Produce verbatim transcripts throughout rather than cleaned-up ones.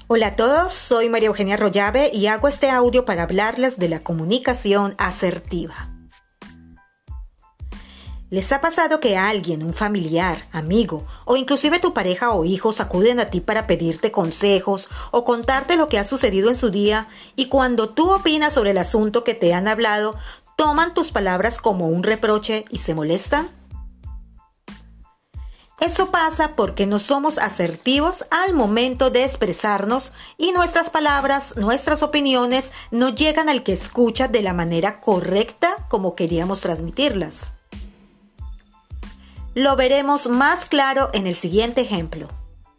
Hola a todos, soy María Eugenia Rollave y hago este audio para hablarles de la comunicación asertiva. ¿Les ha pasado que alguien, un familiar, amigo o inclusive tu pareja o hijos acuden a ti para pedirte consejos o contarte lo que ha sucedido en su día y cuando tú opinas sobre el asunto que te han hablado, toman tus palabras como un reproche y se molestan? Eso pasa porque no somos asertivos al momento de expresarnos y nuestras palabras, nuestras opiniones no llegan al que escucha de la manera correcta como queríamos transmitirlas. Lo veremos más claro en el siguiente ejemplo.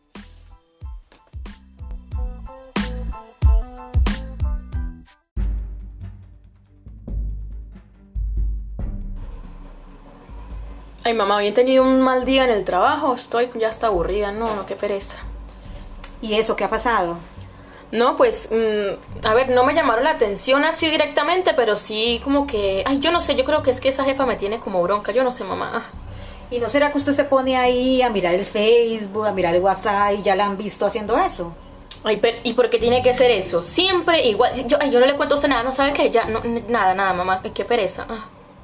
Ay, mamá, hoy he tenido un mal día en el trabajo, estoy ya hasta aburrida, no, no, qué pereza. ¿Y eso qué ha pasado? No, pues, mmm, a ver, no me llamaron la atención así directamente, pero sí como que, ay, yo no sé, yo creo que es que esa jefa me tiene como bronca, yo no sé, mamá. ¿Y no será que usted se pone ahí a mirar el Facebook, a mirar el WhatsApp y ya la han visto haciendo eso? Ay, pero, ¿y por qué tiene que ser eso? Siempre igual, yo, ay, yo no le cuento a usted nada, no sabe que ya, no, nada, nada, mamá, qué pereza. Ah.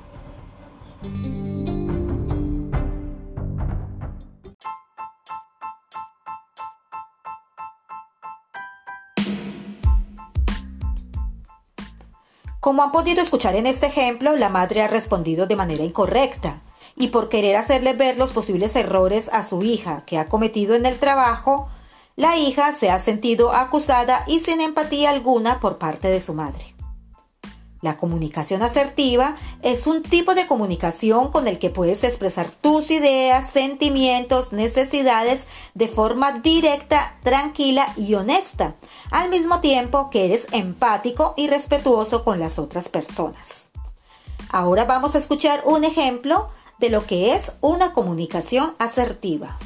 Como han podido escuchar en este ejemplo, la madre ha respondido de manera incorrecta y por querer hacerle ver los posibles errores a su hija que ha cometido en el trabajo, la hija se ha sentido acusada y sin empatía alguna por parte de su madre. La comunicación asertiva es un tipo de comunicación con el que puedes expresar tus ideas, sentimientos, necesidades de forma directa, tranquila y honesta, al mismo tiempo que eres empático y respetuoso con las otras personas. Ahora vamos a escuchar un ejemplo de lo que es una comunicación asertiva.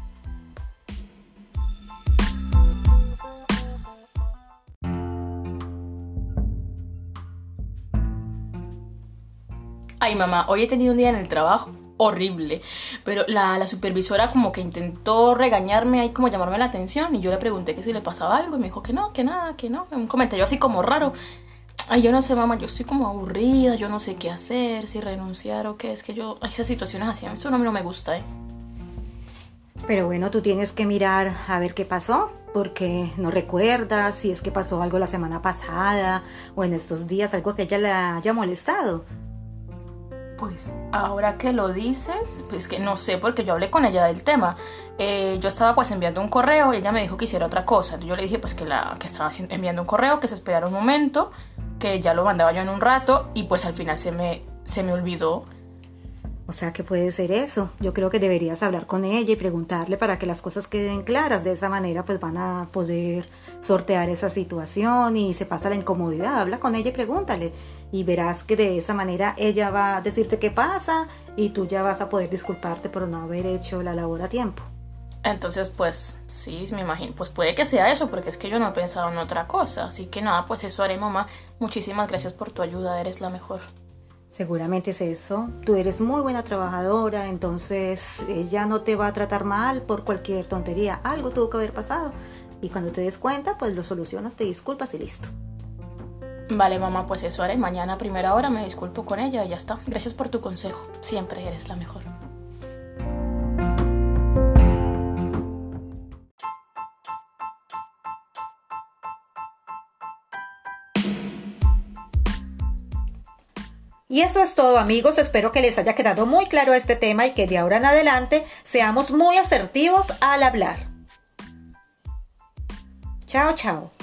Ay, mamá, hoy he tenido un día en el trabajo horrible, pero la, la supervisora como que intentó regañarme ahí, como llamarme la atención, y yo le pregunté que si le pasaba algo y me dijo que no, que nada, que no, un comentario así como raro. Ay, yo no sé, mamá, yo estoy como aburrida, yo no sé qué hacer, si renunciar o qué, es que yo, ay, esas situaciones así, a mí eso no, no me gusta, ¿eh? Pero bueno, tú tienes que mirar a ver qué pasó, porque no recuerdas si es que pasó algo la semana pasada o en estos días, algo que ella le haya molestado. Pues ahora que lo dices, pues que no sé, porque yo hablé con ella del tema. Eh, yo estaba pues enviando un correo y ella me dijo que hiciera otra cosa. Entonces yo le dije pues que, la, que estaba enviando un correo, que se esperara un momento, que ya lo mandaba yo en un rato y pues al final se me, se me olvidó. O sea que puede ser eso. Yo creo que deberías hablar con ella y preguntarle para que las cosas queden claras. De esa manera pues van a poder sortear esa situación y se pasa la incomodidad. Habla con ella y pregúntale. Y verás que de esa manera ella va a decirte qué pasa y tú ya vas a poder disculparte por no haber hecho la labor a tiempo. Entonces pues sí, me imagino, pues puede que sea eso, porque es que yo no he pensado en otra cosa. Así que nada, pues eso haré, mamá. Muchísimas gracias por tu ayuda, eres la mejor. Seguramente es eso. Tú eres muy buena trabajadora, entonces ella no te va a tratar mal por cualquier tontería. Algo tuvo que haber pasado. Y cuando te des cuenta, pues lo solucionas, te disculpas y listo. Vale, mamá, pues eso haré. Mañana a primera hora me disculpo con ella y ya está. Gracias por tu consejo. Siempre eres la mejor. Y eso es todo, amigos. Espero que les haya quedado muy claro este tema y que de ahora en adelante seamos muy asertivos al hablar. Chao, chao.